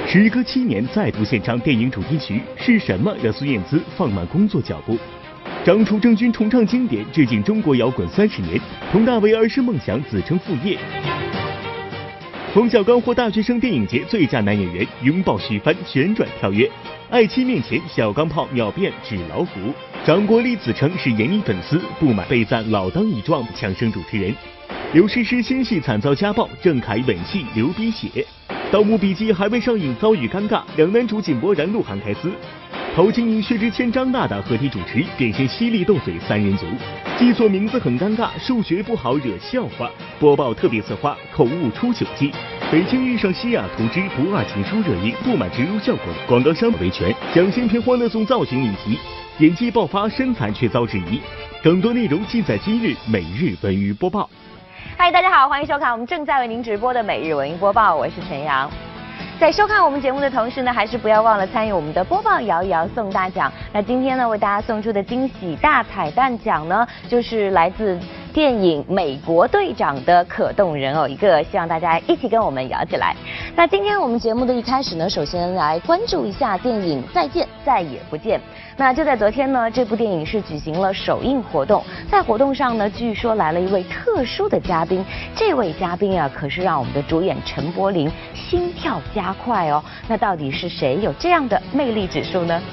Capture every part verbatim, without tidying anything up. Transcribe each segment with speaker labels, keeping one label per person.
Speaker 1: 时隔七年再度献唱电影主题曲，是什么让孙燕姿放慢工作脚步？张楚正军重唱经典，致敬中国摇滚三十年。佟大为儿时梦想子承父业。冯小刚获大学生电影节最佳男演员，拥抱徐帆旋转跳跃。爱妻面前，小钢炮秒变纸老虎。张国立自称是演艺粉丝，不满被赞老当益壮，强生主持人。刘诗诗新戏惨遭家暴，郑恺吻戏流鼻血。盗墓笔记还未上映遭遇尴尬，两男主井柏然、鹿晗开撕。陶晶莹、薛之谦、张大大合体主持，变身犀利斗嘴三人组。记错名字很尴尬，数学不好惹笑话。播报特别策划，口误出糗记。北京遇上西雅图之不二情书热映，不满植入效果，广告商维权。蒋先平欢乐颂造型议题，演技爆发，身材却遭质疑。更多内容尽在今日每日文娱播报。
Speaker 2: 嗨，大家好，欢迎收看我们正在为您直播的每日文娱播报，我是陈阳。在收看我们节目的同时呢，还是不要忘了参与我们的播报摇一摇送大奖。那今天呢，为大家送出的惊喜大彩蛋奖呢，就是来自电影《美国队长》的可动人偶一个，希望大家一起跟我们摇起来。那今天我们节目的一开始呢，首先来关注一下电影《再见再也不见》。那就在昨天呢，这部电影是举行了首映活动，在活动上呢，据说来了一位特殊的嘉宾，这位嘉宾啊，可是让我们的主演陈柏霖心跳加快哦。那到底是谁有这样的魅力指数呢？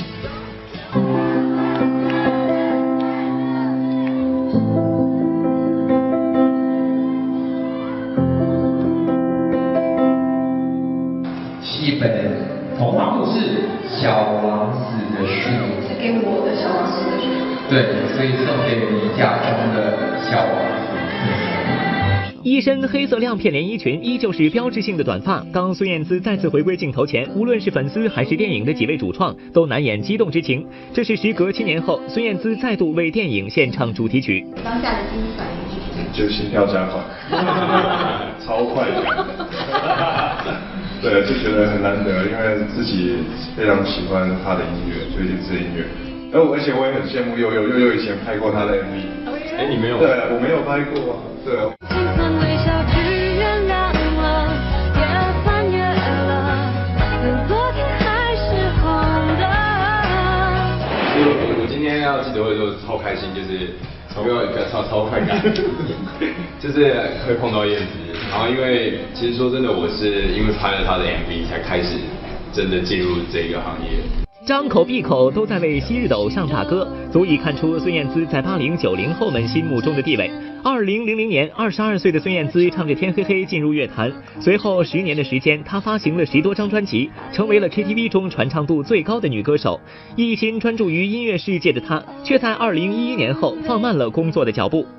Speaker 3: 戏本同行故事小王子的序，
Speaker 4: 是给我的小王子的序。
Speaker 3: 对，所以送给你家中的小王子。
Speaker 5: 一身黑色亮片连衣裙，依旧是标志性的短发。当孙燕姿再次回归镜头前，无论是粉丝还是电影的几位主创，都难掩激动之情。这是时隔七年后，孙燕姿再度为电影献唱主题曲。
Speaker 4: 当下的第一反应是什么？
Speaker 6: 就心跳加快，超快的。对，就觉得很难得，因为自己非常喜欢他的音乐，最近这音乐。然后而且我也很羡慕悠悠，悠悠以前拍过他的 M V。
Speaker 7: 哎，你没有？
Speaker 6: 对，我没有拍过啊。对。
Speaker 7: 我我今天要记者会的时候超开心，就是我有一个超超快感，就是会碰到燕子。然后因为其实说真的，我是因为拍了他的 M V 才开始真的进入这个行业。
Speaker 5: 张口闭口都在为昔日的偶像打歌，足以看出孙燕姿在八零九零后们心目中的地位。二零零零年，二十二岁的孙燕姿唱着《天黑黑》进入乐坛，随后十年的时间，她发行了十多张专辑，成为了 K T V 中传唱度最高的女歌手。一心专注于音乐世界的她，却在二零一一年后放慢了工作的脚步。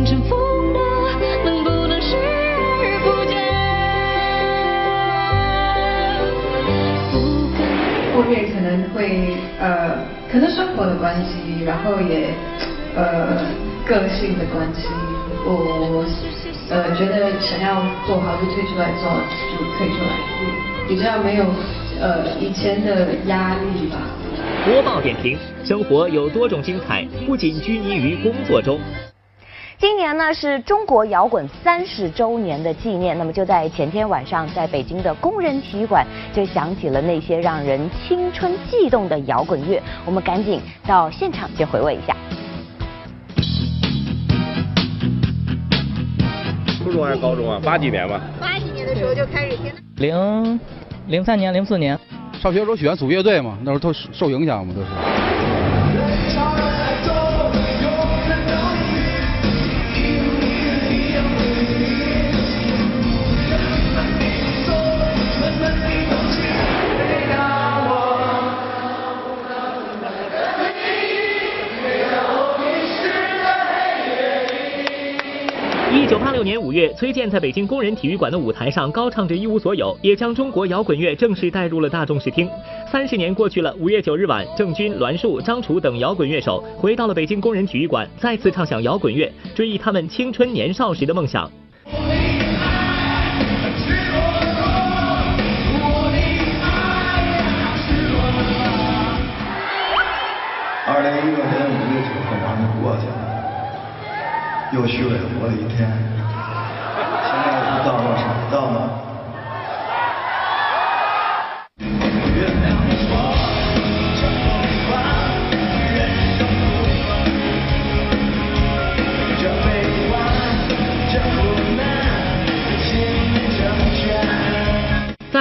Speaker 4: 后面可能会呃，可能生活的关系，然后也呃个性的关系，我呃觉得想要做好就推出来做，就推出来，比较没有呃以前的压力吧。
Speaker 5: 播报点评：生活有多种精彩，不仅拘泥于工作中。
Speaker 2: 今年呢是中国摇滚三十周年的纪念，那么就在前天晚上，在北京的工人体育馆就响起了那些让人青春悸动的摇滚乐，我们赶紧到现场去回味一下。
Speaker 8: 初中还是高中啊？八几年吧。
Speaker 4: 八几年的时候就开始听。
Speaker 9: 零零三年、零四年，
Speaker 8: 上学的时候喜欢组乐队嘛，那时候都受影响嘛，都是。
Speaker 5: 一九八六年五月，崔健在北京工人体育馆的舞台上高唱着《一无所有》，也将中国摇滚乐正式带入了大众视听。三十年过去了，五月九日晚，郑钧、栾树、张楚等摇滚乐手回到了北京工人体育馆，再次唱响摇滚乐，追忆他们青春年少时的梦想。
Speaker 10: 二零一六年五月九号马上就过去了。又虚伪活了一天，现在是到了什么到了？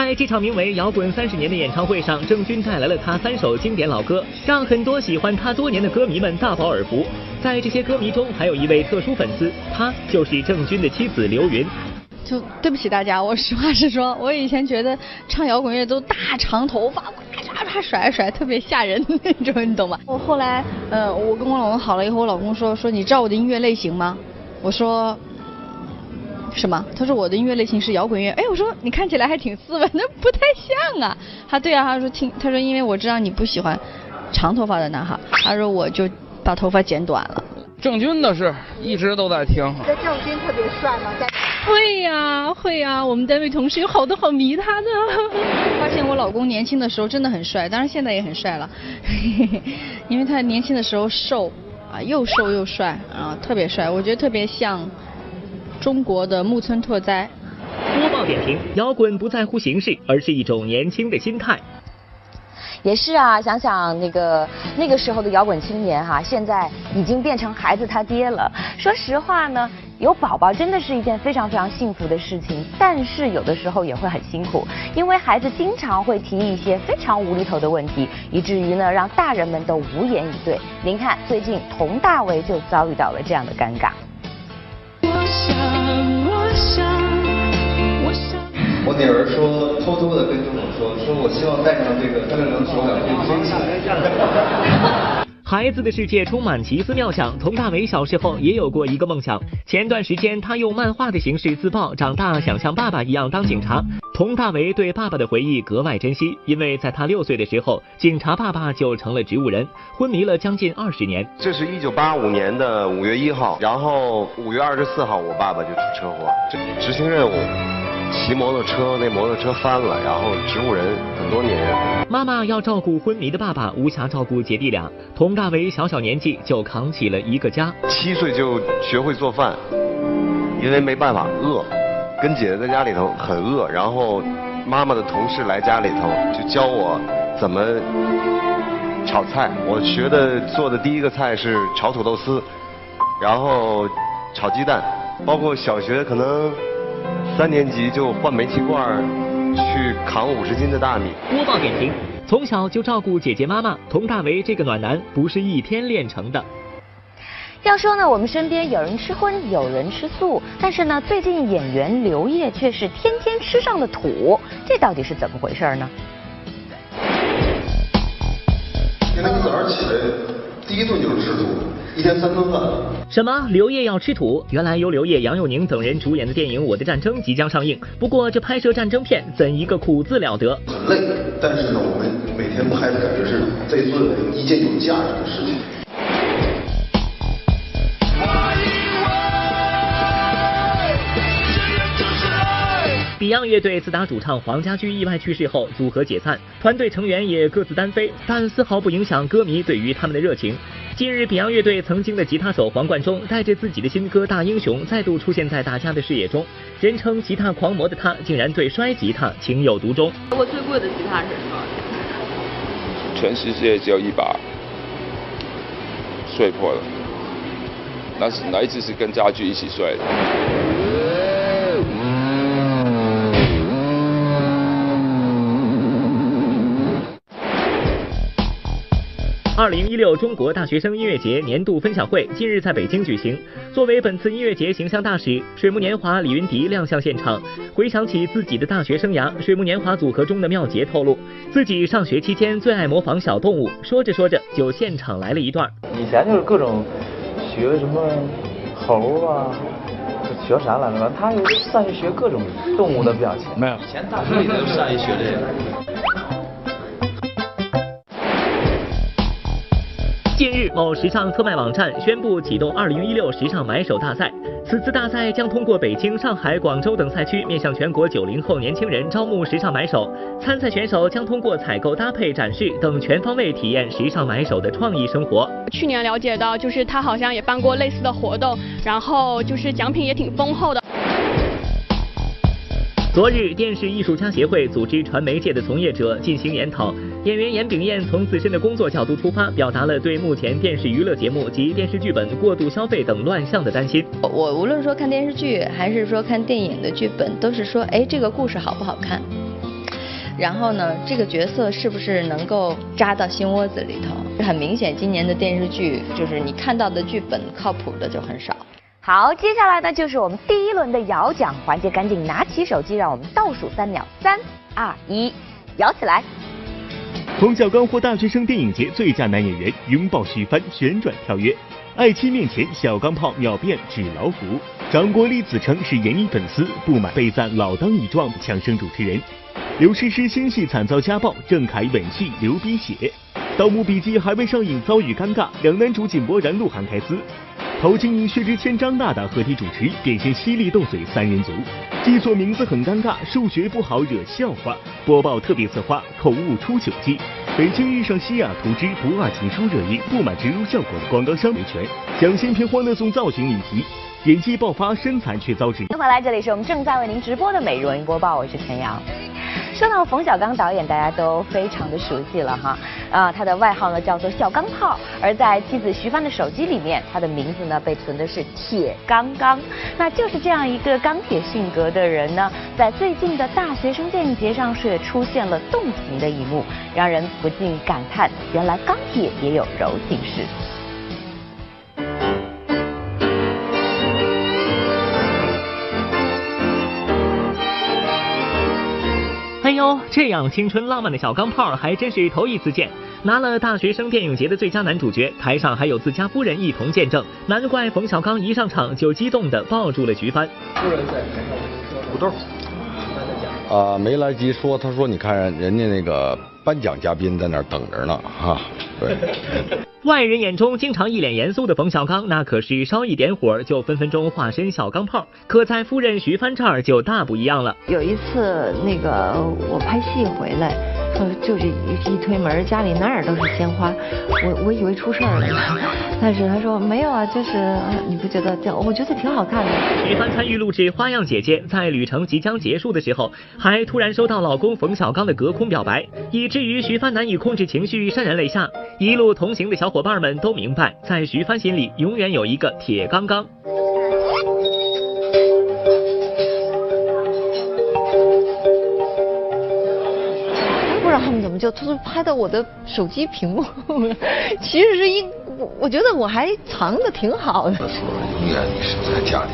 Speaker 5: 在这场名为《摇滚三十年》的演唱会上，郑钧带来了他三首经典老歌，让很多喜欢他多年的歌迷们大饱耳福。在这些歌迷中，还有一位特殊粉丝，她就是郑钧的妻子刘云。
Speaker 11: 就对不起大家，我实话实说，我以前觉得唱摇滚乐都大长头发，唰唰甩甩，特别吓人那种，你懂吗？我后来，呃，我跟我老公好了以后，我老公说说你知道我的音乐类型吗？我说什么？他说我的音乐类型是摇滚乐。哎，我说你看起来还挺斯文的，不太像啊。他对啊，他说听，他说因为我知道你不喜欢长头发的男孩，他说我就把头发剪短了。
Speaker 8: 郑钧的是一直都在听。
Speaker 12: 觉得郑钧特别帅吗？在
Speaker 11: 会呀、啊、会呀、啊，我们单位同事有好多好迷他的。发现我老公年轻的时候真的很帅，当然现在也很帅了，因为他年轻的时候瘦啊，又瘦又帅啊，特别帅，我觉得特别像中国的木村拓哉。
Speaker 5: 播报点评：摇滚不在乎形式，而是一种年轻的心态。
Speaker 2: 也是啊，想想那个那个时候的摇滚青年哈、啊，现在已经变成孩子他爹了。说实话呢，有宝宝真的是一件非常非常幸福的事情，但是有的时候也会很辛苦，因为孩子经常会提一些非常无厘头的问题，以至于呢让大人们都无言以对。您看，最近佟大为就遭遇到了这样的尴尬。
Speaker 13: 我想，我想，我想。
Speaker 10: 我女儿说，偷偷的跟跟我说，说我希望带上这个，他们能手两可以飞起来。
Speaker 5: 孩子的世界充满奇思妙想，佟大为小时候也有过一个梦想。前段时间，他用漫画的形式自曝，长大想像爸爸一样当警察。佟大为对爸爸的回忆格外珍惜，因为在他六岁的时候，警察爸爸就成了植物人，昏迷了将近二十年。
Speaker 14: 这是一九八五年的五月一号，然后五月二十四号，我爸爸就出车祸，这执行任务。骑摩托车，那摩托车翻了，然后植物人很多年。
Speaker 5: 妈妈要照顾昏迷的爸爸，无暇照顾姐弟俩。佟大为小小年纪就扛起了一个家，
Speaker 14: 七岁就学会做饭，因为没办法饿，跟姐姐在家里头很饿，然后妈妈的同事来家里头就教我怎么炒菜。我学的做的第一个菜是炒土豆丝，然后炒鸡蛋，包括小学可能。三年级就换煤气罐去扛五十斤的大米。
Speaker 5: 播报点评：从小就照顾姐姐妈妈，佟大为这个暖男不是一天练成的。
Speaker 2: 要说呢，我们身边有人吃荤，有人吃素，但是呢，最近演员刘烨却是天天吃上了土，这到底是怎么回事呢？
Speaker 10: 因为你早上起来第一顿就是吃土。一天三顿饭。
Speaker 5: 什么？刘烨要吃土？原来由刘烨、杨佑宁等人主演的电影《我的战争》即将上映。不过这拍摄战争片怎一个苦字了得！
Speaker 10: 很累，但是呢，我们每天拍的感觉是在做一件有价值的事情。
Speaker 5: Beyond 乐队自打主唱黄家驹意外去世后，组合解散，团队成员也各自单飞，但丝毫不影响歌迷对于他们的热情。近日 Beyond 乐队曾经的吉他手黄贯中带着自己的新歌《大英雄》再度出现在大家的视野中，人称吉他狂魔的他竟然对摔吉他情有独钟。
Speaker 15: 我最贵的吉他是多少钱？
Speaker 16: 全世界只有一把碎破了，那是那一次是跟家驹一起摔的。
Speaker 5: 二零一六中国大学生音乐节年度分享会近日在北京举行。作为本次音乐节形象大使，水木年华李云迪亮相现场。回想起自己的大学生涯，水木年华组合中的妙杰透露，自己上学期间最爱模仿小动物，说着说着就现场来了一段。
Speaker 17: 以前就是各种学什么猴啊，学啥来着？他又善于学各种动物的表情。
Speaker 8: 没有，
Speaker 17: 以前大学里头善于学这个。
Speaker 5: 近日，某时尚特卖网站宣布启动二零一六时尚买手大赛。此次大赛将通过北京、上海、广州等赛区，面向全国九零后年轻人招募时尚买手。参赛选手将通过采购、搭配、展示等全方位体验时尚买手的创意生活。
Speaker 18: 去年了解到，就是他好像也办过类似的活动，然后就是奖品也挺丰厚的。
Speaker 5: 昨日，电视艺术家协会组织传媒界的从业者进行研讨。演员严炳彦从自身的工作角度出发，表达了对目前电视娱乐节目及电视剧本过度消费等乱象的担心。
Speaker 19: 我无论说看电视剧还是说看电影的剧本，都是说，哎，这个故事好不好看？
Speaker 11: 然后呢，这个角色是不是能够扎到心窝子里头？很明显，今年的电视剧就是你看到的剧本靠谱的就很少。
Speaker 2: 好，接下来呢就是我们第一轮的摇奖环节，赶紧拿起手机，让我们倒数三秒，三、二、一，摇起来。
Speaker 1: 冯小刚获大学生电影节最佳男演员，拥抱徐帆旋转跳跃。爱妻面前，小钢炮秒变纸老虎。张国立自称是演艺粉丝，不满被赞老当益壮，强生主持人。刘诗诗新戏惨遭家暴，郑恺吻戏流鼻血。盗墓笔记还未上映遭遇尴尬，两男主井柏然、鹿晗开撕。陶晶莹、薛之谦、张大大合体主持，变身犀利斗嘴三人组。记错名字很尴尬，数学不好惹笑话。播报特别策划，口误出糗记。北京遇上西雅图之不二情书热映，不满植入效果的广告商维权。蒋先偏欢乐颂造型议题，演技爆发，身材却遭质疑。
Speaker 2: 欢迎回来，这里是我们正在为您直播的每日文娱播报，我是陈瑶。说到冯小刚导演，大家都非常的熟悉了哈，啊，他的外号呢叫做小钢炮，而在妻子徐帆的手机里面，他的名字呢被存的是铁刚刚。那就是这样一个钢铁性格的人呢，在最近的大学生电影节上是出现了动情的一幕，让人不禁感叹，原来钢铁也有柔情事。
Speaker 5: 哎呦，这样青春浪漫的小钢炮还真是头一次见，拿了大学生电影节的最佳男主角，台上还有自家夫人一同见证，难怪冯小刚一上场就激动地抱住了徐帆。
Speaker 19: 夫人在台上说土豆，啊，没来及说，他说你看人家那个颁奖嘉宾在那儿等着呢，哈，对。
Speaker 5: 外人眼中经常一脸严肃的冯小刚，那可是稍一点火就分分钟化身小钢炮。可在夫人徐帆这儿就大不一样了。
Speaker 20: 有一次那个我拍戏回来，说就是一推门，家里哪儿都是鲜花，我我以为出事儿了，但是他说没有啊，就是你不觉得这样？我觉得挺好看的。
Speaker 5: 徐帆参与录制《花样姐姐》，在旅程即将结束的时候，还突然收到老公冯小刚的隔空表白，以至于徐帆难以控制情绪，潸然泪下。一路同行的小伙伴们都明白，在徐帆心里永远有一个铁刚刚。
Speaker 20: 不知道他们怎么就偷偷拍到我的手机屏幕，其实是一，我觉得我还藏的挺好的。
Speaker 19: 他说永远你是在家里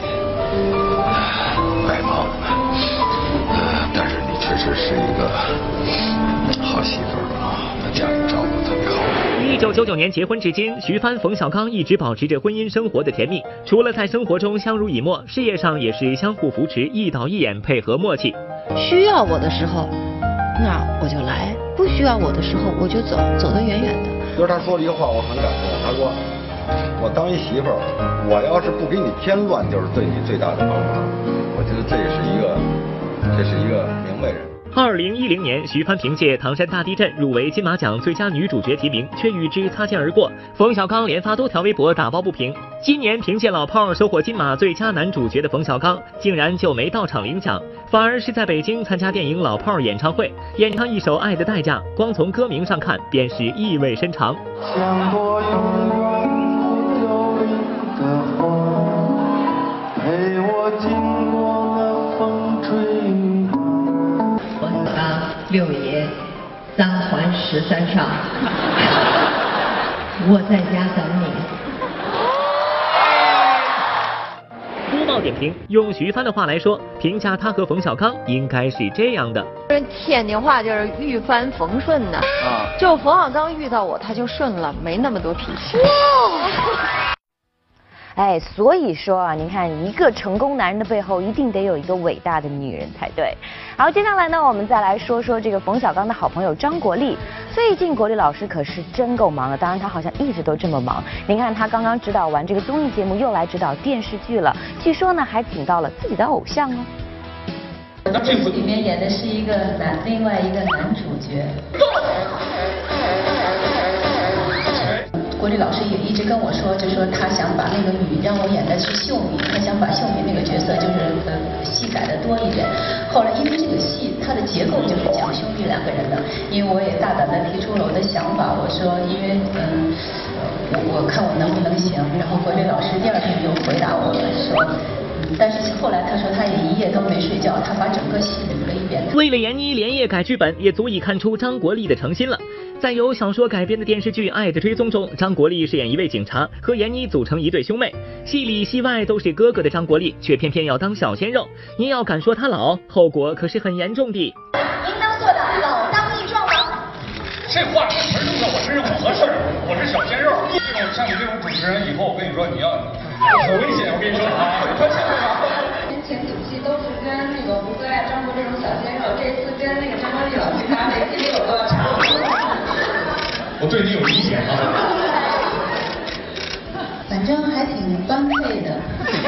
Speaker 19: 卖忙，呃，但是你确实是一个好媳妇儿啊，把家里照顾特别好。
Speaker 5: 一九九九年结婚至今，徐帆、冯小刚一直保持着婚姻生活的甜蜜，除了在生活中相濡以沫，事业上也是相互扶持，一导一演，配合默契。
Speaker 20: 需要我的时候，那我就来；不需要我的时候，我就走，走得远远的。
Speaker 19: 就是他说了一句话，我很感动。他说：“我当一媳妇儿，我要是不给你添乱，就是对你最大的帮忙。”我觉得这也是一个，这是一个明白人。
Speaker 5: 二零一零年，徐帆凭借《唐山大地震》入围金马奖最佳女主角提名，却与之擦肩而过。冯小刚连发多条微博打抱不平。今年凭借《老炮儿》收获金马最佳男主角的冯小刚，竟然就没到场领奖，反而是在北京参加电影《老炮儿》演唱会，演唱一首《爱的代价》，光从歌名上看便是意味深长。
Speaker 13: 像朵永远不凋零的花，陪我经过了风吹雨打。
Speaker 21: 冯小刚六爷三环十三上，我在家等你。
Speaker 5: 播报点评，用徐帆的话来说，评价他和冯小刚应该是这样的：
Speaker 20: 天津话就是遇帆逢顺呢，啊，就冯小刚遇到我他就顺了，没那么多脾气。
Speaker 2: 哎，所以说啊，您看一个成功男人的背后，一定得有一个伟大的女人才对。好，接下来呢，我们再来说说这个冯小刚的好朋友张国立。最近国立老师可是真够忙的，当然他好像一直都这么忙。您看他刚刚指导完这个综艺节目，又来指导电视剧了，据说呢还请到了自己的偶像哦。
Speaker 22: 这部里面演的是一个男，另外一个男主角。国立老师也一直跟我说，就说他想把那个米，让我演的是秀米，他想把秀米那个角色就是呃戏改的多一点。后来因为这个戏它的结构就是讲兄弟两个人的，因为我也大胆的提出了我的想法，我说因为嗯，我我看我能不能行。然后国立老师第二天就回答我说，嗯，但是后来他说他也一夜都没睡觉，他把整个戏捋了一变的。
Speaker 5: 为了闫妮连夜改剧本，也足以看出张国立的诚心了。在由小说改编的电视剧《爱的追踪》中，张国立饰演一位警察，和闫妮组成一对兄妹。戏里戏外都是哥哥的张国立，却偏偏要当小鲜肉。您要敢说他老，后果可是很严重的。
Speaker 22: 应当做的老当益壮吗？
Speaker 3: 这话跟词用到我身上不合适。我是小鲜肉，这种像你这种主持人，以后我跟你说，你要很危险。我跟你说啊，快起来吧。
Speaker 4: 前几期都是跟那个吴哥呀、张国这种小鲜肉，这次跟那个张国立老师搭配，其实有个差不多。
Speaker 3: 我对你有理解啊。
Speaker 22: 反正还挺般配的。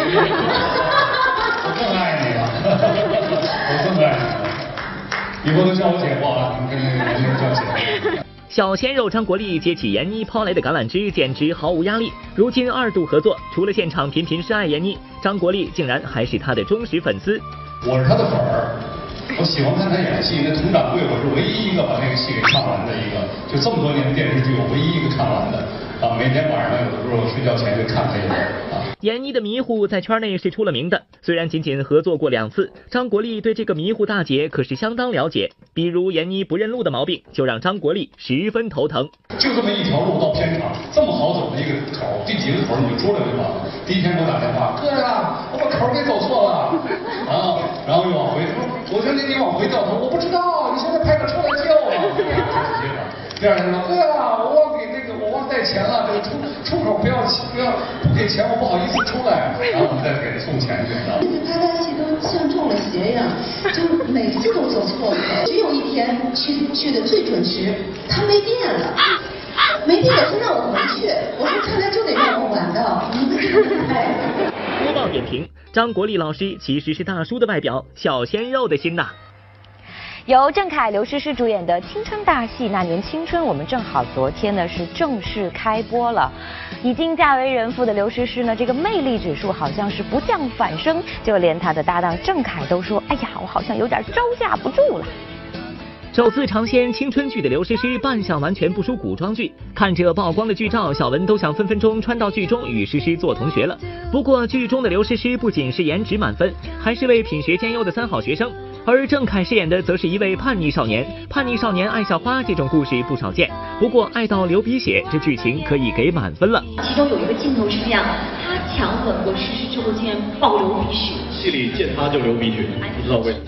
Speaker 3: 我更爱你了，我更爱你了。以后都叫我姐夫啊，你跟那个人叫姐。
Speaker 5: 小鲜肉张国立接起闫妮抛来的橄榄枝，简直毫无压力。如今二度合作，除了现场频频示爱闫妮，张国立竟然还是他的忠实粉丝。
Speaker 3: 我是他的粉儿，我喜欢看他演戏。那佟掌柜，我是唯一一个把那个戏给看完的一个，就这么多年的电视剧，我唯一一个看完的。啊，每天晚上有的时候睡觉前就看这个啊。
Speaker 5: 闫妮的迷糊在圈内是出了名的，虽然仅仅合作过两次，张国立对这个迷糊大姐可是相当了解。比如闫妮不认路的毛病，就让张国立十分头疼。
Speaker 3: 就这么一条路到片场，这么好走的一个口，第几个口你就出来就完了。第一天给我打电话，哥呀，我把口给走错了啊，然后又往回，我说那你往回掉头，我不知道，你现在派个车来接我。第二天说，哥呀，我忘给那个我忘带钱了，这个出出口不要不要不给钱，我不好意思出来，然后我们再给他送钱去。
Speaker 22: 拍拍戏都像中了邪一样，就每次都走错路。只有一天去去的最准时，他没电了，没电了，他让我回去，我说看来就得让我晚到，你们这么厉害。
Speaker 5: 播报点评：张国立老师其实是大叔的外表，小鲜肉的心呐。
Speaker 2: 由郑恺、刘诗诗主演的青春大戏《那年青春》，我们正好昨天呢是正式开播了。已经嫁为人妇的刘诗诗呢，这个魅力指数好像是不降反升，就连她的搭档郑恺都说：“哎呀，我好像有点招架不住了。”
Speaker 5: 首次尝鲜青春剧的刘诗诗，扮相完全不输古装剧。看着曝光的剧照，小文都想分分钟穿到剧中与诗诗做同学了。不过剧中的刘诗诗不仅是颜值满分，还是位品学兼优的三好学生。而郑恺饰演的则是一位叛逆少年，叛逆少年爱校花这种故事不少见，不过爱到流鼻血，这剧情可以给满分了。
Speaker 6: 其中有一个镜头是这样，他强吻过诗诗之后竟然爆流鼻血，
Speaker 3: 戏里见他就流鼻血，不知道为什么。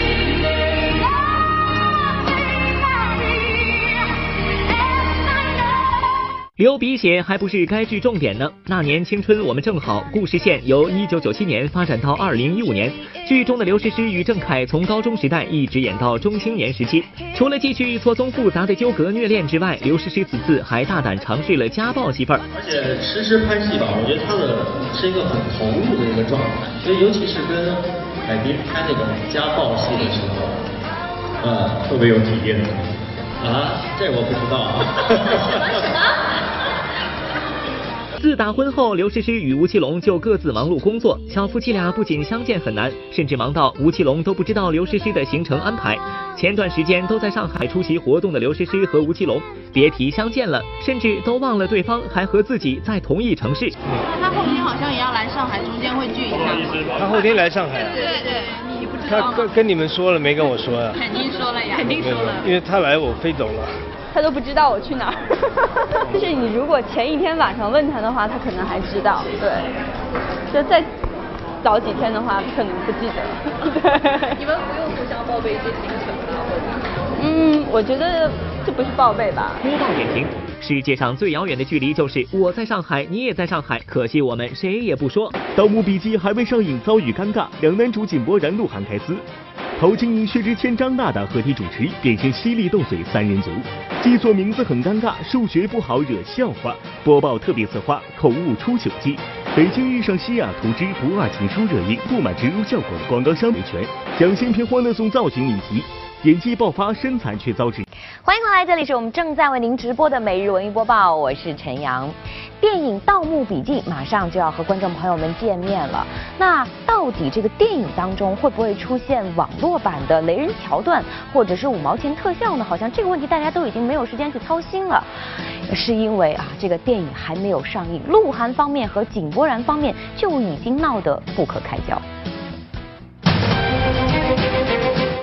Speaker 5: 流鼻血还不是该剧重点呢。那年青春我们正好，故事线由一九九七年发展到二零一五年。剧中的刘诗诗与郑恺从高中时代一直演到中青年时期。除了继续错综复杂的纠葛虐恋之外，刘诗诗此次还大胆尝试了家暴戏份。
Speaker 23: 而且诗诗拍戏吧，我觉得她的是一个很投入的一个状态，所以尤其是跟海滨拍那种家暴戏的时候，呃，特别有体验啊，这我不知道啊。
Speaker 6: 什么？
Speaker 5: 自打婚后，刘诗诗与吴奇隆就各自忙碌工作，小夫妻俩不仅相见很难，甚至忙到吴奇隆都不知道刘诗诗的行程安排。前段时间都在上海出席活动的刘诗诗和吴奇隆，别提相见了，甚至都忘了对方还和自己在同一城市。
Speaker 11: 他后天好像也要来上海，中间会聚一下。不好意思，
Speaker 24: 他后天来上海。
Speaker 11: 对对对，你不知道吗？
Speaker 24: 他跟跟你们说了没？跟我说呀？
Speaker 11: 肯定说了呀，肯定说了。
Speaker 24: 因为他来，我飞走了。
Speaker 18: 他都不知道我去哪儿，就是你如果前一天晚上问他的话，他可能还知道，对，就再早几天的话，可能不记得了。对，
Speaker 6: 你们不用互相报备一些行程啊，或者？
Speaker 18: 嗯，我觉得这不是报备吧。
Speaker 5: 播报点评：世界上最遥远的距离就是我在上海，你也在上海，可惜我们谁也不说。
Speaker 1: 《盗墓笔记》还未上映，遭遇尴尬，两男主井柏然、鹿晗开撕。陶晶莹、薛之谦、张大大合体主持，变身犀利斗嘴三人组。记错名字很尴尬，数学不好惹笑话。播报特别策划，口误出糗记。北京遇上西雅图之不二情书热映，不满植入效果的广告商维权，讲新片欢乐颂造型议题，演技爆发，身材却遭质。
Speaker 2: 欢迎回来，这里是我们正在为您直播的每日文娱播报，我是陈阳。电影《盗墓笔记》马上就要和观众朋友们见面了，那到底这个电影当中会不会出现网络版的雷人桥段，或者是五毛钱特效呢？好像这个问题大家都已经没有时间去操心了，是因为啊，这个电影还没有上映，鹿晗方面和井柏然方面就已经闹得不可开交。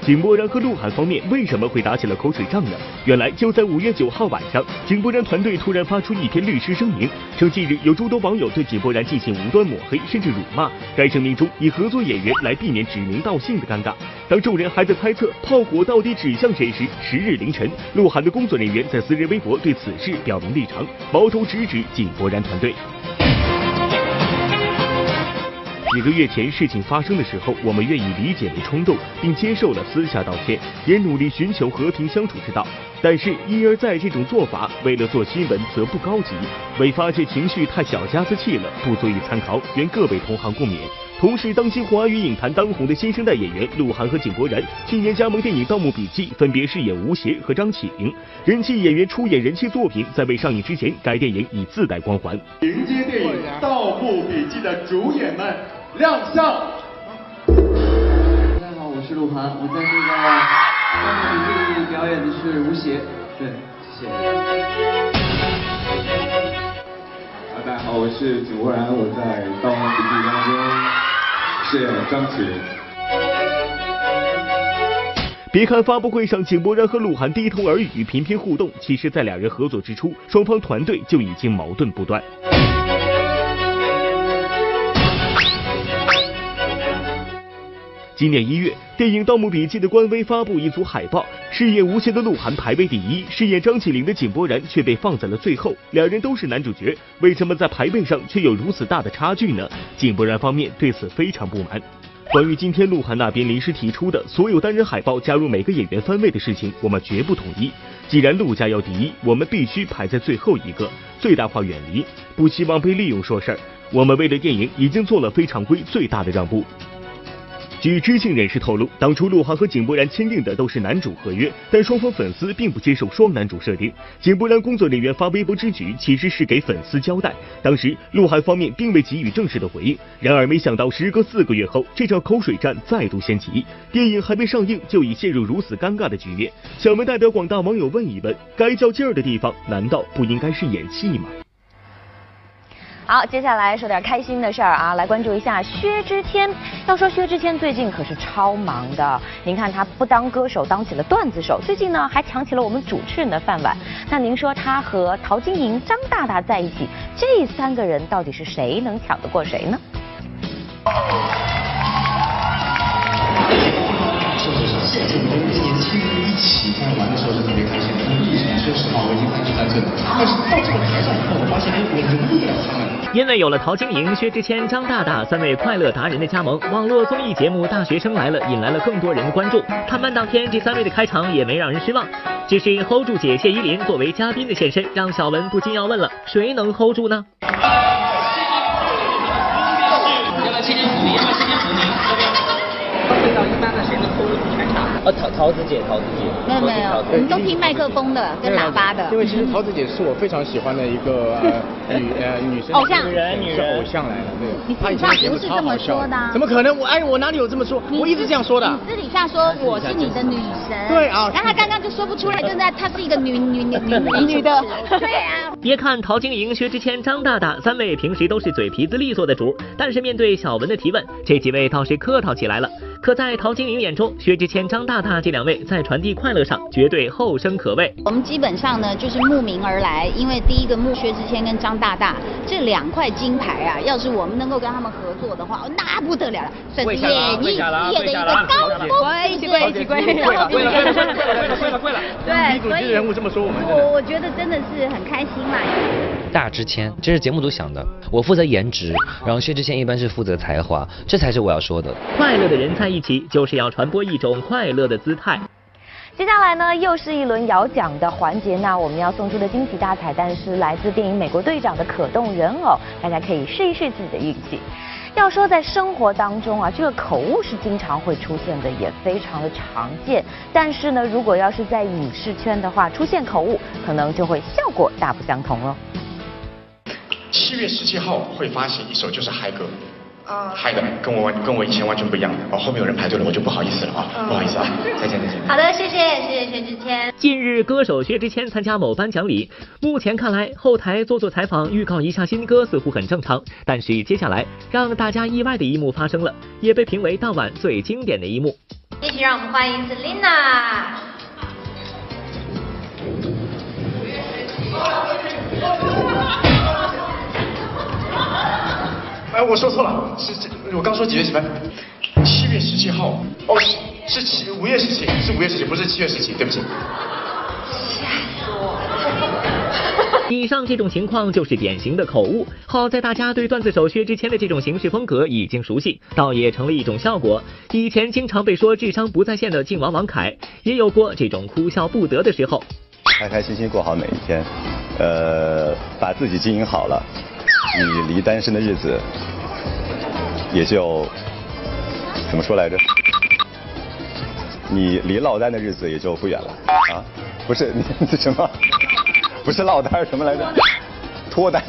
Speaker 1: 井柏然和鹿晗方面为什么会打起了口水仗呢？原来就在五月九号晚上，井柏然团队突然发出一篇律师声明，称近日有诸多网友对井柏然进行无端抹黑甚至辱骂，该声明中以合作演员来避免指名道姓的尴尬。当众人还在猜测炮火到底指向谁时，十日凌晨，鹿晗的工作人员在私人微博对此事表明立场，矛头直指井柏然团队。几个月前事情发生的时候，我们愿意理解为冲动，并接受了私下道歉，也努力寻求和平相处之道。但是一而再这种做法，为了做新闻则不高级，为发泄情绪太小家子气了，不足以参考，愿各位同行共勉。同时，当今华语影坛当红的新生代演员鹿晗和井柏然去年加盟电影《盗墓笔记》，分别饰演吴邪和张起灵。人气演员出演人气作品，在未上映之前，该电影已自带光环。
Speaker 7: 迎接电影《盗墓笔记》的主演们亮相。
Speaker 15: 大家好，我是鹿晗，我在这个《盗墓笔记》里表演的是吴邪。对，谢谢。
Speaker 7: 大家好，我是井柏然，我在《盗墓笔记》当中饰演张起灵。
Speaker 1: 别看发布会上井柏然和鹿晗低头耳语、频频互动，其实在两人合作之初，双方团队就已经矛盾不断。今年一月，电影《盗墓笔记》的官微发布一组海报，饰演吴邪的鹿晗排位第一，饰演张起灵的井柏然却被放在了最后。两人都是男主角，为什么在排位上却有如此大的差距呢？井柏然方面对此非常不满。关于今天鹿晗那边临时提出的所有单人海报加入每个演员番位的事情，我们绝不同意。既然陆家要第一，我们必须排在最后一个，最大化远离，不希望被利用说事儿。我们为了电影已经做了非常规最大的让步。据知情人士透露，当初鹿晗和井柏然签订的都是男主合约，但双方粉丝并不接受双男主设定。井柏然工作人员发微博之举，其实是给粉丝交代。当时鹿晗方面并未给予正式的回应，然而没想到时隔四个月后，这场口水战再度掀起，电影还没上映就已陷入如此尴尬的局面。小梅代表广大网友问一问，该较劲儿的地方，难道不应该是演戏吗？
Speaker 2: 好，接下来说点开心的事儿啊，来关注一下薛之谦。要说薛之谦最近可是超忙的，您看他不当歌手，当起了段子手，最近呢还抢起了我们主持人的饭碗。那您说他和陶晶莹、张大大在一起，这三个人到底是谁能抢得过谁呢？
Speaker 3: 说实话，现在我们年轻人一起在玩的时候是特别开心的。但是说实话，我已经三十三岁了，但是到这个台上以后，我发现哎，我容易了他们。
Speaker 5: 因为有了陶晶莹、薛之谦、张大大三位快乐达人的加盟，网络综艺节目《大学生来了》引来了更多人的关注。探班当天，这三位的开场也没让人失望。只是 hold 住姐谢依霖作为嘉宾的现身，让小文不禁要问了：谁能 hold 住呢？
Speaker 15: 要不要牵牵扶你？要不要牵牵扶你？要不要？遇到一般的谁能 hold 住全场？
Speaker 17: 哦，桃桃子姐，桃子姐，
Speaker 11: 没有没有，我们都听麦克风的跟喇叭的。
Speaker 9: 因为其实桃子姐是我非常喜欢的一个呃女呃女生，
Speaker 11: 偶像
Speaker 9: 女人，女人偶像来的，对。
Speaker 11: 你私底下不是这么说的、啊？
Speaker 9: 怎么可能？我哎，我哪里有这么说？我一直这样说的。
Speaker 11: 你私底下说我是你的女神。
Speaker 9: 对啊。
Speaker 11: 然后他刚刚就说不出来，就是她是一个女女女女女的。对啊。
Speaker 5: 别看陶晶莹、薛之谦、张大大三位平时都是嘴皮子利索的主，但是面对小文的提问，这几位倒是客套起来了。可在陶晶莹眼中，薛之谦、张大大这两位在传递快乐上绝对后生可畏。
Speaker 11: 我们基本上呢就是慕名而来，因为第一个慕薛之谦跟张大大这两块金牌啊，要是我们能够跟他们合作的话，那不得了了，算是演艺事业的一个高峰。
Speaker 18: 跪，一起跪，一起跪，跪了，跪了，跪了，跪了，跪了，跪了。
Speaker 11: 对，
Speaker 9: 女主持人物这么说我们，
Speaker 11: 我我觉得真的是很开心嘛。
Speaker 12: 大之谦，这是节目组想的，我负责颜值，然后薛之谦一般是负责才华，这才是我要说的。
Speaker 5: 快乐的人在一起，就是要传播一种快乐的姿态。
Speaker 2: 接下来呢，又是一轮摇奖的环节。那我们要送出的惊喜大彩蛋是来自电影《美国队长》的可动人偶，大家可以试一试自己的运气。要说在生活当中啊，这个口误是经常会出现的，也非常的常见。但是呢，如果要是在影视圈的话，出现口误，可能就会效果大不相同了。
Speaker 14: 七月十七号会发行一首就是嗨歌。啊，嗨的，跟我跟我以前完全不一样的。哦，后面有人排队了，我就不好意思了啊，嗯、不好意思啊，再见再见。
Speaker 11: 好的，谢谢谢谢薛之谦。
Speaker 5: 近日，歌手薛之谦参加某颁奖礼，目前看来后台做做采访、预告一下新歌似乎很正常，但是接下来让大家意外的一幕发生了，也被评为当晚最经典的一幕。
Speaker 8: 一起让我们欢迎 Selina。
Speaker 14: 哎，我说错了，是这我刚说几月几分？七月十七号。哦，是是七五月十七，是五月十七，不是七月十七，对不起。
Speaker 5: 以上这种情况就是典型的口误。好在大家对段子手薛之谦的这种行事风格已经熟悉，倒也成了一种效果。以前经常被说智商不在线的靖王王凯，也有过这种哭笑不得的时候。
Speaker 10: 开开心心过好每一天，呃，把自己经营好了，你离单身的日子也就怎么说来着？你离落单的日子也就不远了啊！不是你什么？不是落单什么来着？脱单。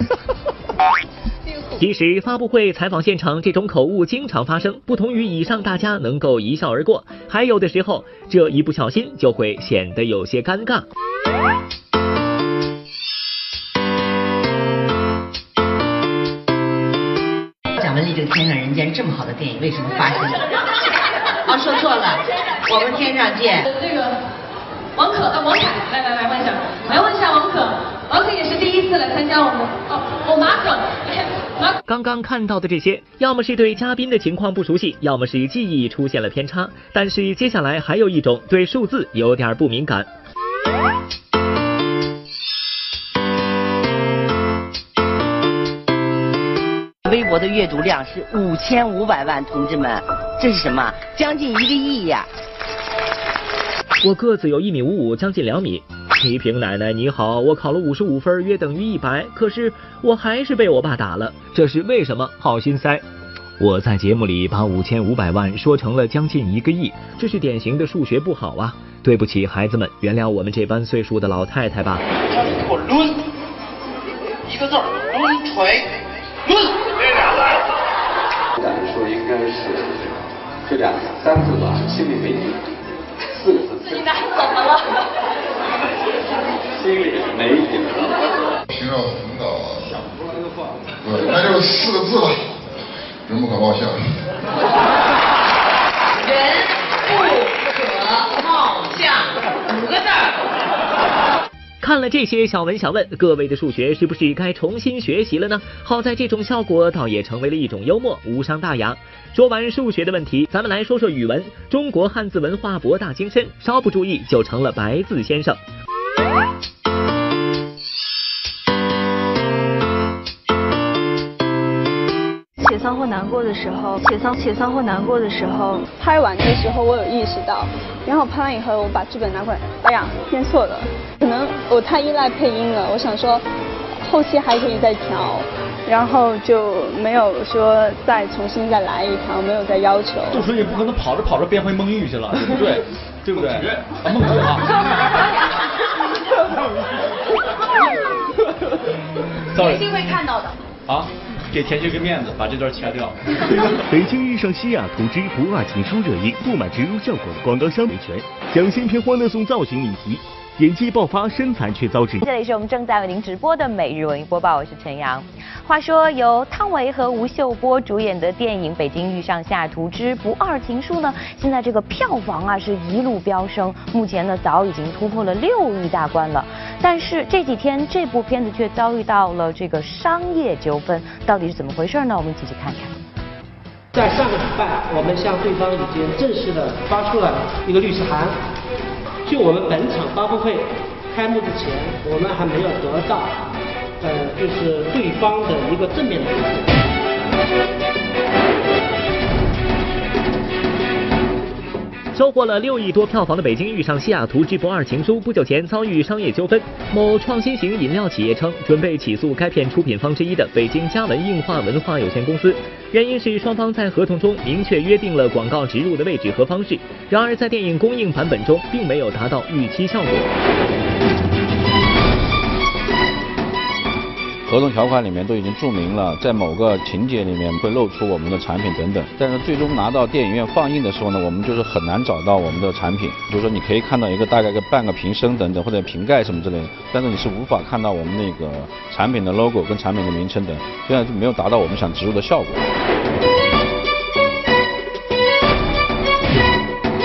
Speaker 5: 其实发布会采访现场这种口误经常发生，不同于以上大家能够一笑而过，还有的时候这一不小心就会显得有些尴尬。
Speaker 16: 蒋雯丽这个天上人间这么好的电影为什么发生了？哦，说错了，我们天上见。
Speaker 19: 这个王可呃王凯，来来来问一下，我要问一下王可，王可也是第一次来参加我们哦哦马可。
Speaker 5: 刚刚看到的这些，要么是对嘉宾的情况不熟悉，要么是记忆出现了偏差。但是接下来还有一种对数字有点不敏感。
Speaker 16: 微博的阅读量是五千五百万，同志们，这是什么？将近一个亿呀！
Speaker 5: 我个子有一米五五，将近两米。倪萍奶奶你好，我考了五十五分，约等于一百，可是我还是被我爸打了，这是为什么？好心塞。我在节目里把五千五百万说成了将近一个亿，这是典型的数学不好啊！对不起孩子们，原谅我们这般岁数的老太太吧。
Speaker 25: 让你给我抡，一个字儿，抡锤，抡。
Speaker 7: 感受应该是这两三字吧，心里没底。四个字。
Speaker 19: 你哪怎么了？
Speaker 7: 心里没底了。
Speaker 26: 听到领导想说这个话，对，那就四个字吧，人不可貌相。
Speaker 16: 人不可貌相，五个字儿。
Speaker 5: 看了这些小文小问，各位的数学是不是该重新学习了呢？好在这种效果倒也成为了一种幽默，无伤大雅。说完数学的问题，咱们来说说语文。中国汉字文化博大精深，稍不注意就成了白字先生。
Speaker 18: 写丧或难过的时候，写丧写丧或难过的时候，拍完的时候我有意识到，然后拍完以后我把剧本拿过来，哎呀，编错了，可能我太依赖配音了，我想说后期还可以再调，然后就没有说再重新再来一条，没有再要求。
Speaker 27: 杜淳也不可能跑着跑着变回蒙玉去了，对不对？对不对？啊，孟菊啊。
Speaker 19: 甜心会看到的。
Speaker 27: 啊。给甜心个面子，把这段掐掉。
Speaker 1: 北京遇上西雅图之不二情书热映，不满植入效果的广告商维权，讲新片欢乐颂造型议题，演技爆发，身残却遭致。
Speaker 2: 这里是我们正在为您直播的每日文艺播报，我是陈阳。话说由汤唯和吴秀波主演的电影《北京遇上西雅图之不二情书》呢，现在这个票房啊是一路飙升，目前呢早已经突破了六亿大关了。但是这几天这部片子却遭遇到了这个商业纠纷，到底是怎么回事呢？我们一起去看看。
Speaker 28: 在上个礼拜，我们向对方已经正式的发出了一个律师函。就我们本场发布会开幕之前，我们还没有得到，呃，就是对方的一个正面的回复。
Speaker 5: 收获了六亿多票房的《北京遇上西雅图之不二情书》不久前遭遇商业纠纷，某创新型饮料企业称准备起诉该片出品方之一的北京嘉文映画文化有限公司，原因是双方在合同中明确约定了广告植入的位置和方式，然而在电影公映版本中并没有达到预期效果。
Speaker 29: 合同条款里面都已经注明了，在某个情节里面会露出我们的产品等等，但是最终拿到电影院放映的时候呢，我们就是很难找到我们的产品。比如说你可以看到一个大概个半个瓶身等等，或者瓶盖什么之类的，但是你是无法看到我们那个产品的 logo 跟产品的名称等，这样就没有达到我们想植入的效果。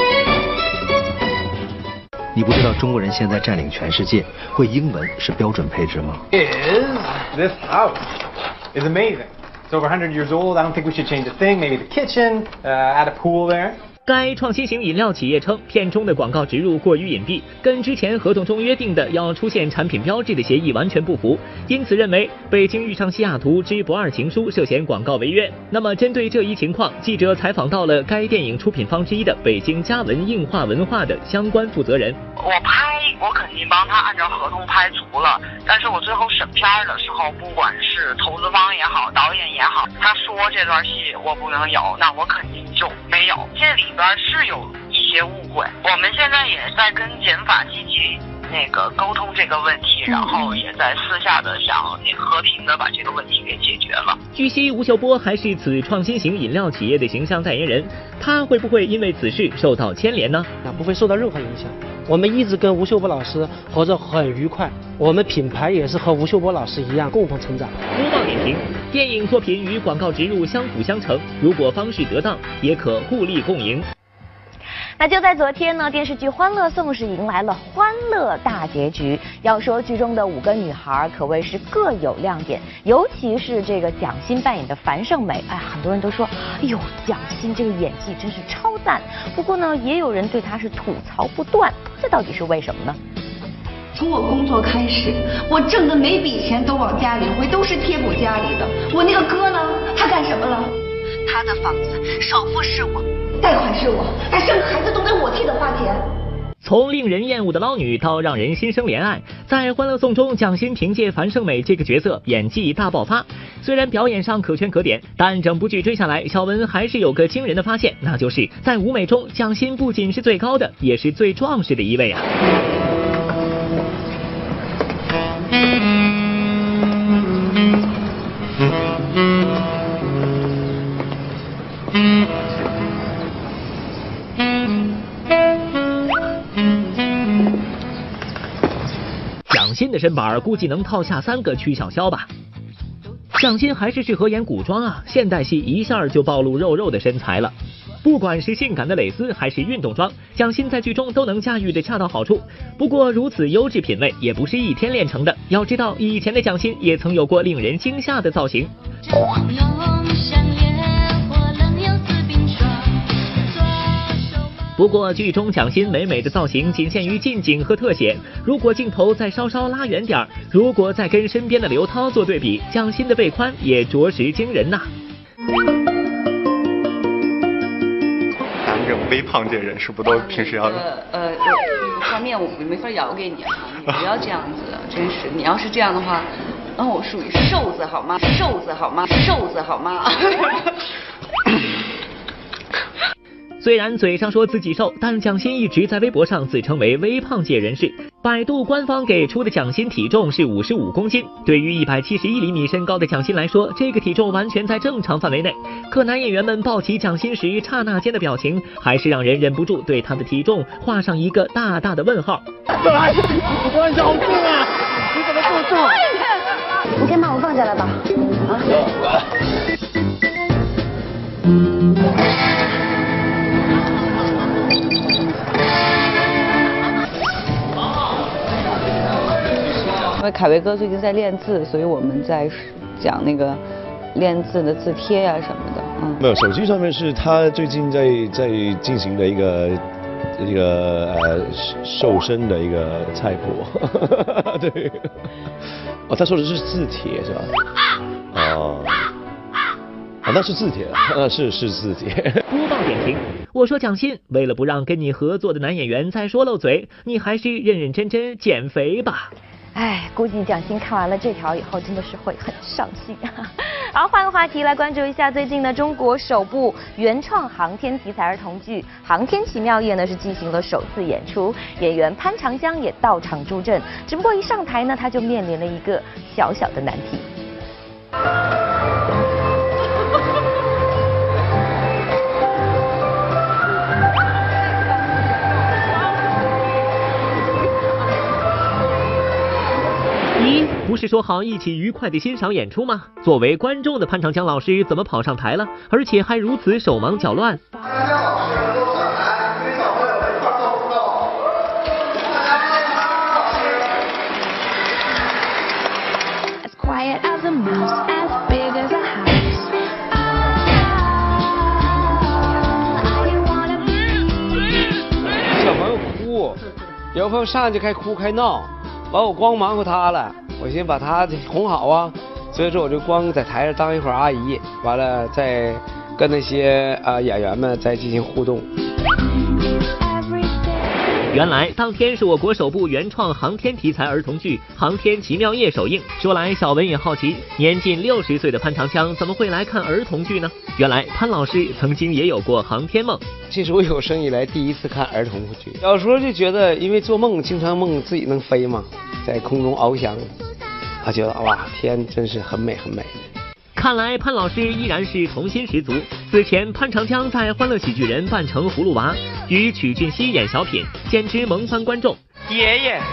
Speaker 3: 你不知道中国人现在占领全世界，会英文是标准配置吗
Speaker 4: Is this house is amazing. It's over one hundred years old. I don't think we should change a thing. Maybe the kitchen, uh, add a pool there.
Speaker 5: 该创新型饮料企业称，片中的广告植入过于隐蔽，跟之前合同中约定的要出现产品标志的协议完全不符，因此认为《北京遇上西雅图之不二情书》涉嫌广告违约。那么，针对这一情况，记者采访到了该电影出品方之一的北京嘉文映画文化的相关负责人。
Speaker 6: 我拍，我肯定帮他按照合同拍足了，但是我最后审片的时候，不管是投资方也好，导演也好，他说这段戏我不能有，那我肯定就没有。这里边是有一些误会，我们现在也在跟检法积极那个沟通这个问题，然后也在私下的想那个和平的把这个问题给解决了。
Speaker 5: 据悉，吴秀波还是此创新型饮料企业的形象代言人，他会不会因为此事受到牵连呢？
Speaker 28: 那不会受到任何影响。我们一直跟吴秀波老师合作很愉快，我们品牌也是和吴秀波老师一样共同成长。
Speaker 5: 播报点评：电影作品与广告植入相辅相成，如果方式得当，也可互利共赢。
Speaker 2: 那就在昨天呢，电视剧《欢乐颂》是迎来了欢乐大结局。要说剧中的五个女孩可谓是各有亮点，尤其是这个蒋欣扮演的樊胜美，哎，很多人都说，哎呦，蒋欣这个演技真是超赞。不过呢，也有人对她是吐槽不断，这到底是为什么呢？
Speaker 13: 从我工作开始，我挣的每笔钱都往家里汇，都是贴补家里的。我那个哥呢，他干什么了？他的房子首付是我。贷款是我，他生个孩子都得我替他花钱。
Speaker 5: 从令人厌恶的捞女到让人心生怜爱，在《欢乐颂》中，蒋欣凭借樊胜美这个角色演技大爆发。虽然表演上可圈可点，但整部剧追下来，小文还是有个惊人的发现，那就是在舞美中，蒋欣不仅是最高的，也是最壮实的一位啊。蒋欣的身板估计能套下三个曲小萧吧。蒋欣还是适合演古装啊，现代戏一下就暴露肉肉的身材了。不管是性感的蕾丝还是运动装，蒋欣在剧中都能驾驭的恰到好处。不过如此优质品味也不是一天练成的，要知道以前的蒋欣也曾有过令人惊吓的造型。不过剧中蒋欣美美的造型仅限于近景和特写，如果镜头再稍稍拉远点，如果再跟身边的刘涛做对比，蒋欣的背宽也着实惊人呐。
Speaker 20: 咱们这种微胖界人是不都平时要
Speaker 21: 呃呃，画面我没法摇给你啊，你不要这样子，真是，你要是这样的话，那我属于瘦子好吗？瘦子好吗？瘦子好吗？
Speaker 5: 虽然嘴上说自己瘦，但蒋欣一直在微博上自称为微胖界人士。百度官方给出的蒋欣体重是五十五公斤，对于一百七十一厘米身高的蒋欣来说，这个体重完全在正常范围内。可男演员们抱起蒋欣时，刹那间的表情，还是让人忍不住对他的体重画上一个大大的问号。
Speaker 13: 哎，你关系好重啊！你怎么这么重？
Speaker 2: 你先把我放下来吧。啊。
Speaker 21: 因为凯威哥最近在练字，所以我们在讲那个练字的字帖呀、啊、什么的。嗯，
Speaker 22: 没有，手机上面是他最近在在进行的一个一个呃瘦身的一个菜谱。对。哦，他说的是字帖是吧？哦。啊，那是字帖，啊，是是字帖。
Speaker 5: 播报点评：我说蒋欣，为了不让跟你合作的男演员再说漏嘴，你还是认认真真减肥吧。
Speaker 2: 哎，估计蒋欣看完了这条以后，真的是会很伤心。好，换个话题来关注一下最近呢，中国首部原创航天题材儿童剧《航天奇妙夜》呢是进行了首次演出，演员潘长江也到场助阵。只不过一上台呢，他就面临了一个小小的难题。
Speaker 5: 咦，不是说好一起愉快的欣赏演出吗？作为观众的潘长江老师怎么跑上台了？而且还如此手忙脚乱。潘长江老师都上台，给小朋友们创造互动。
Speaker 28: 哭，有朋友上来就开哭开闹，完我光忙活他了，我寻思把他哄好啊，所以说我就光在台上当一会儿阿姨，完了再跟那些啊、呃、演员们再进行互动。
Speaker 5: 原来当天是我国首部原创航天题材儿童剧《航天奇妙夜》首映。说来小文也好奇，年近六十岁的潘长江怎么会来看儿童剧呢？原来潘老师曾经也有过航天梦。
Speaker 28: 这是我有生以来第一次看儿童剧。小时候就觉得，因为做梦经常梦自己能飞嘛，在空中翱翔，啊，觉得哇，天真是很美很美。
Speaker 5: 看来潘老师依然是童心十足。此前潘长江在《欢乐喜剧人》扮成葫芦娃，与曲俊熙演小品，简直萌翻观众。
Speaker 8: 爷爷，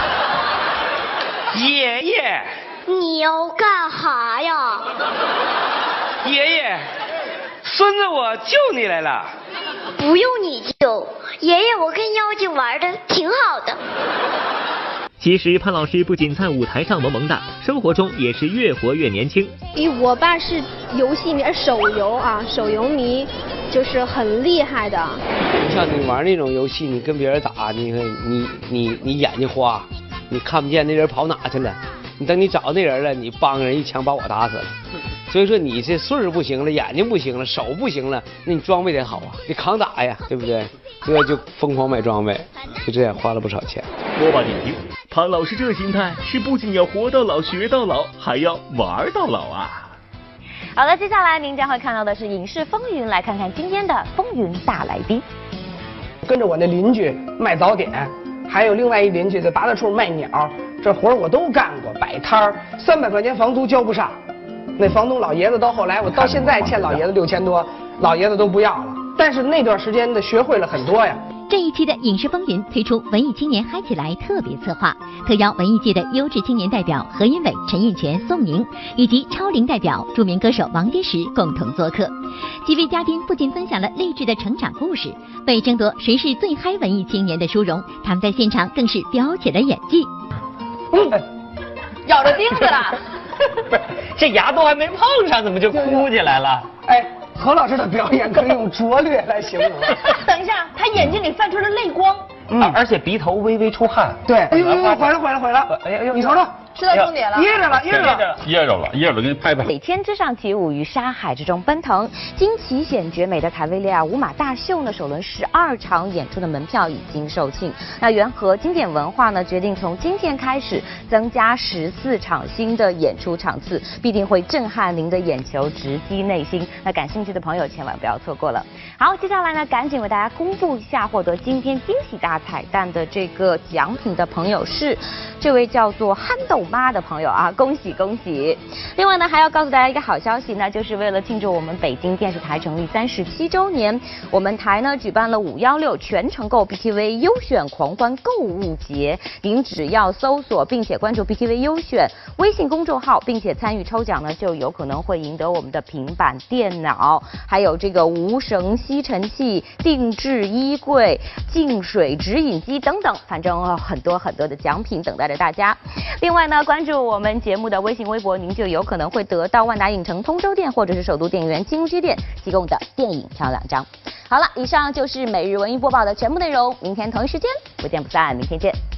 Speaker 8: 爷爷，
Speaker 9: 你要干哈呀？
Speaker 8: 爷爷，孙子我救你来了。
Speaker 9: 不用你救，爷爷，我跟妖精玩的挺好的。
Speaker 5: 其实潘老师不仅在舞台上萌萌的，生活中也是越活越年轻。
Speaker 18: 因为我爸是游戏迷，手游啊，手游迷就是很厉害的。
Speaker 28: 像你玩那种游戏，你跟别人打，你你你你眼睛花，你看不见那人跑哪去了。你等你找到那人了，你帮人一枪把我打死了。所以说你这岁数不行了，眼睛不行了，手不行了，那你装备得好啊，你抗打呀，对不对？所以就疯狂买装备，就这样花了不少钱。
Speaker 1: 播报点评：潘老师这心态是不仅要活到老学到老，还要玩到老啊！
Speaker 2: 好了，接下来您将会看到的是影视风云，来看看今天的风云大来宾。
Speaker 11: 跟着我那邻居卖早点，还有另外一邻居在八大处卖鸟，这活儿我都干过，摆摊儿，三百块钱房租交不上。那房东老爷子到后来，我到现在欠老爷子六千多，老爷子都不要了。但是那段时间的学会了很多呀。
Speaker 12: 这一期的影视风云推出文艺青年嗨起来特别策划，特邀文艺界的优质青年代表何云伟、陈印泉、宋宁，以及超龄代表著名歌手王天石共同做客。几位嘉宾不仅分享了励志的成长故事，为争夺谁是最嗨文艺青年的殊荣，他们在现场更是飙起了演技。
Speaker 11: 嗯，
Speaker 21: 咬着钉子了。
Speaker 8: 这牙都还没碰上，怎么就哭起来了？
Speaker 11: 哎，何老师的表演可以用拙劣来形容。
Speaker 21: 等一下，他眼睛里泛出了泪光，
Speaker 8: 嗯，而且鼻头微微出汗。
Speaker 11: 对，哎呦呦，毁了毁了毁了！哎呦呦，你瞅瞅，
Speaker 21: 说到重点了，
Speaker 11: 噎着了噎着了
Speaker 14: 噎着了噎着了，给你拍拍。
Speaker 2: 在天之上起舞，于沙海之中奔腾，经奇险绝美的卡维利亚舞马大秀呢，首轮十二场演出的门票已经售罄。那元和经典文化呢，决定从今天开始增加十四场新的演出场次，必定会震撼您的眼球，直击内心。那感兴趣的朋友千万不要错过了。好，接下来呢，赶紧为大家公布一下获得今天惊喜大彩蛋的这个奖品的朋友是这位叫做憨豆妈的朋友啊，恭喜恭喜！另外呢，还要告诉大家一个好消息，那就是为了庆祝我们北京电视台成立三十七周年，我们台呢举办了五幺六全程购 B T V 优选狂欢购物节，您只要搜索并且关注 B T V 优选微信公众号，并且参与抽奖呢，就有可能会赢得我们的平板电脑，还有这个无绳吸尘器、定制衣柜、净水直饮机等等，反正、哦、很多很多的奖品等待着大家。另外呢，关注我们节目的微信微博，您就有可能会得到万达影城通州店或者是首都电影院金鸡店提供的电影票两张。好了，以上就是每日文娱播报的全部内容，明天同一时间不见不散，明天见。